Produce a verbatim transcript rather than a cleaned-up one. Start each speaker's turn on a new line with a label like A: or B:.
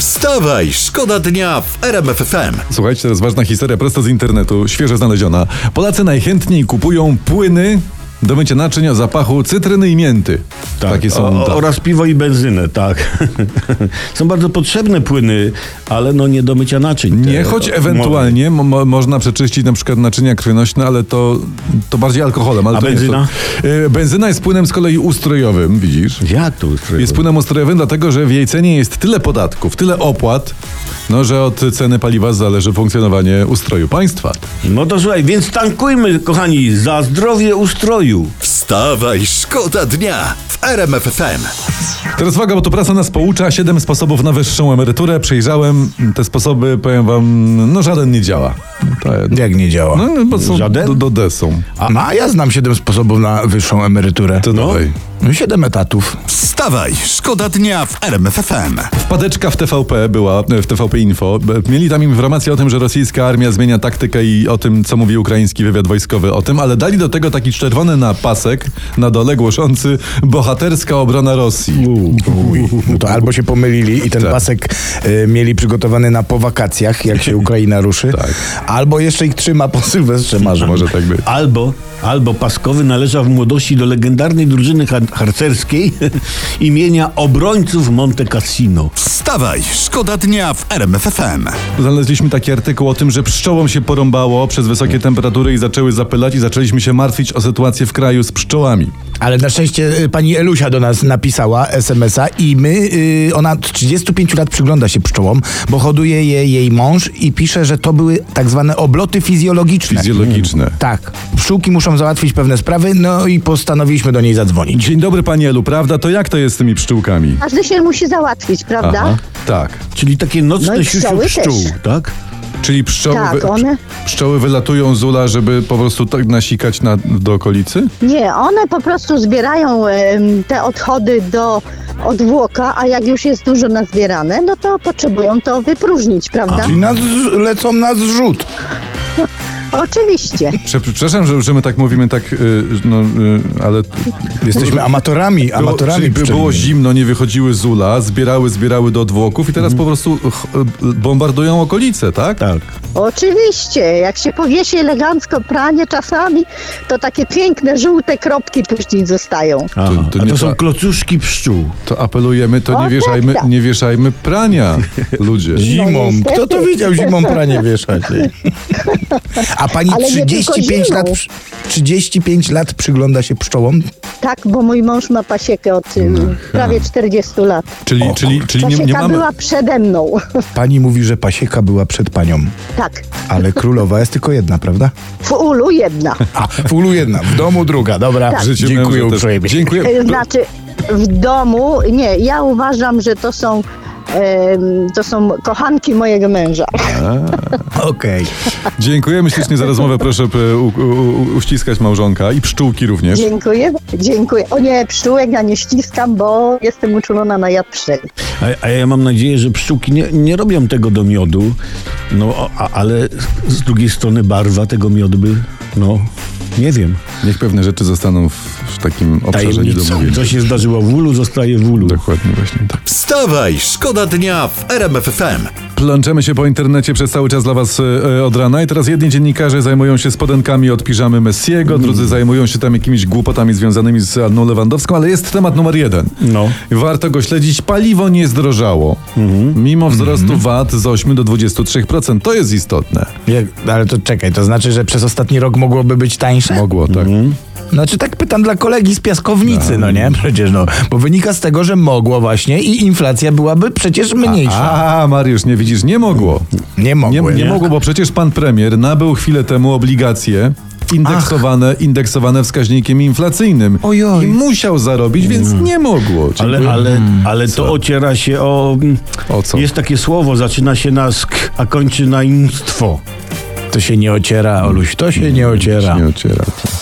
A: Wstawaj, szkoda dnia w R M F F M.
B: Słuchajcie, teraz ważna historia prosto z internetu, świeżo znaleziona. Polacy najchętniej kupują płyny do mycia naczyń o zapachu cytryny i mięty.
C: Tak,
B: Takie są.
C: o,
B: tak.
C: Oraz piwo i benzynę, tak. Są bardzo potrzebne płyny, ale no nie do mycia naczyń.
B: Nie,
C: Te,
B: choć
C: o,
B: ewentualnie mo- mo- można przeczyścić na przykład naczynia krwionośne, ale to, to bardziej alkoholem. Ale
C: A
B: to
C: benzyna?
B: Jest to, y, benzyna jest płynem z kolei ustrojowym, widzisz?
C: Jak to ustrojowe?
B: Jest płynem ustrojowym, dlatego że w jej cenie jest tyle podatków, tyle opłat, no, że od ceny paliwa zależy funkcjonowanie ustroju państwa.
C: No to słuchaj, więc tankujmy, kochani, za zdrowie ustroju.
A: Wstawaj, szkoda dnia w R M F F M.
B: Teraz uwaga, bo to prasa nas poucza. Siedem sposobów na wyższą emeryturę. Przejrzałem te sposoby, powiem wam, no żaden nie działa. To,
D: Jak nie działa?
B: no, no, bo są
C: Żaden?
B: do, do D są.
D: A, a ja znam siedem sposobów na wyższą emeryturę.
B: To
C: No.
B: dawaj.
D: No, siedem etatów.
A: Wstawaj, szkoda dnia w R M F F M.
B: Wpadeczka w T V P była, w T V P Info. Mieli tam informację o tym, że rosyjska armia zmienia taktykę i o tym, co mówi ukraiński wywiad wojskowy o tym, ale dali do tego taki czerwony napasek na dole głoszący bohaterska obrona Rosji.
D: Uj. No to albo się pomylili i ten
B: Tak.
D: pasek y, mieli przygotowany na po wakacjach, jak się Ukraina ruszy,
B: Tak.
D: albo jeszcze ich trzyma po Sylwestrze marzeń.
B: Może tak być.
C: Albo, albo Paskowy należał w młodości do legendarnej drużyny har- harcerskiej imienia Obrońców Monte Cassino.
A: Wstawaj, szkoda dnia w R M F F M.
B: Znaleźliśmy taki artykuł o tym, że pszczołom się porąbało przez wysokie temperatury i zaczęły zapylać i zaczęliśmy się martwić o sytuację w kraju z pszczołami.
D: Ale na szczęście y, pani Elusia do nas napisała es em es a i my, y, ona od trzydziestu pięciu lat przygląda się pszczołom, bo hoduje je jej mąż i pisze, że to były tak zwane obloty fizjologiczne.
B: Fizjologiczne.
D: Tak. Pszczółki muszą załatwić pewne sprawy, no i postanowiliśmy do niej zadzwonić.
B: Dzień dobry, pani Elu, prawda? To jak to jest z tymi pszczółkami?
E: Każdy się musi załatwić, prawda?
B: Aha, tak.
C: Czyli takie nocne
E: No i
C: siusiu
E: pszczoły
C: pszczół,
E: też.
C: tak?
B: Czyli pszczoły,
E: Tak,
B: wy-
E: one-
B: pszczoły wylatują z ula, żeby po prostu tak nasikać na, do okolicy?
E: Nie, one po prostu zbierają em, te odchody do odwłoka, a jak już jest dużo nazbierane, no to potrzebują to wypróżnić, prawda?
D: Czyli na z- lecą na zrzut.
E: Oczywiście.
B: Prze- Przepraszam, że, że my tak mówimy, tak, y, no, y, ale
D: Jesteśmy amatorami,
B: było,
D: amatorami
B: czyli by było
D: pszczelnymi.
B: zimno, nie wychodziły z ula, zbierały, zbierały do odwłoków i teraz po prostu ch, y, bombardują okolice, tak?
C: Tak.
E: Oczywiście. Jak się powiesi elegancko pranie czasami, to takie piękne, żółte kropki później zostają.
C: Aha.
B: To- to
C: A
B: nie
C: to są
B: ta-
C: klocuszki pszczół.
B: To apelujemy, to
E: O,
B: nie wieszajmy,
E: tak, tak.
B: nie wieszajmy prania, ludzie.
D: Zimą.
E: niestety.
D: Kto to wiedział zimą pranie wieszać? A pani
E: Ale nie
D: trzydzieści pięć
E: tylko
D: lat,
E: zimą.
D: przy- trzydzieści pięć lat przygląda się pszczołom?
E: Tak, bo mój mąż ma pasiekę od ym, prawie czterdziestu lat.
B: Czyli, czyli, czyli nie,
E: Pasieka
B: nie mamy...
E: była przede mną.
D: Pani mówi, że pasieka była przed panią,
E: Tak.
D: ale królowa jest tylko jedna, prawda?
E: W ulu jedna.
D: A, w ulu jedna, w domu druga. Dobra,
E: Tak.
B: W życiu
D: dziękuję
B: męża też.
D: uprzejmie.
B: Dziękuję.
E: E, Znaczy, w domu, nie, ja uważam, że to są, em, to są kochanki mojego męża.
D: Okej.
B: Dziękujemy ślicznie za rozmowę. Proszę p- u, u, u, uściskać małżonka i pszczółki również.
E: Dziękuję, dziękuję. O nie, pszczółek ja nie ściskam, bo jestem uczulona na jad pszczeli.
C: A, a ja mam nadzieję, że pszczółki nie, nie robią tego do miodu, no a, ale z drugiej strony barwa tego miodu by, no, nie wiem.
B: Niech pewne rzeczy zostaną w, w takim obszarze
C: Tajemnicą.
B: niedomówienia.
C: Co się zdarzyło w ulu, zostaje w ulu.
B: Dokładnie właśnie tak.
A: Wstawaj, szkoda dnia w R M F F M.
B: Plączemy się po internecie przez cały czas dla was e, od rana i teraz jedni dziennikarze zajmują się spodenkami od piżamy Messiego, drudzy zajmują się tam jakimiś głupotami związanymi z Anną Lewandowską, ale jest temat numer jeden.
C: No.
B: Warto go śledzić. Paliwo nie zdrożało. Mimo wzrostu V A T z ośmiu do dwudziestu trzech procent. To jest istotne.
D: Jak, ale to czekaj, to znaczy, że przez ostatni rok mogłoby być tańsze?
B: Mogło, tak.
D: Znaczy tak pytam dla kolegi z piaskownicy, no nie? Przecież no, bo wynika z tego, że mogło właśnie i inflacja byłaby przecież mniejsza.
B: A, Mariusz, nie widzisz, nie mogło.
D: Nie
B: Nie,
D: mogły.
B: nie mogło, bo przecież pan premier nabył chwilę temu obligacje indeksowane, indeksowane wskaźnikiem inflacyjnym.
D: Ojoj.
B: I musiał zarobić, więc nie mogło.
C: Ale,
B: Dziękuję.
C: ale, ale to ociera się o...
B: O co?
C: Jest takie słowo, zaczyna się na sk, a kończy na imstwo.
D: To się nie ociera, Oluś, to się nie ociera.
B: Nie ociera.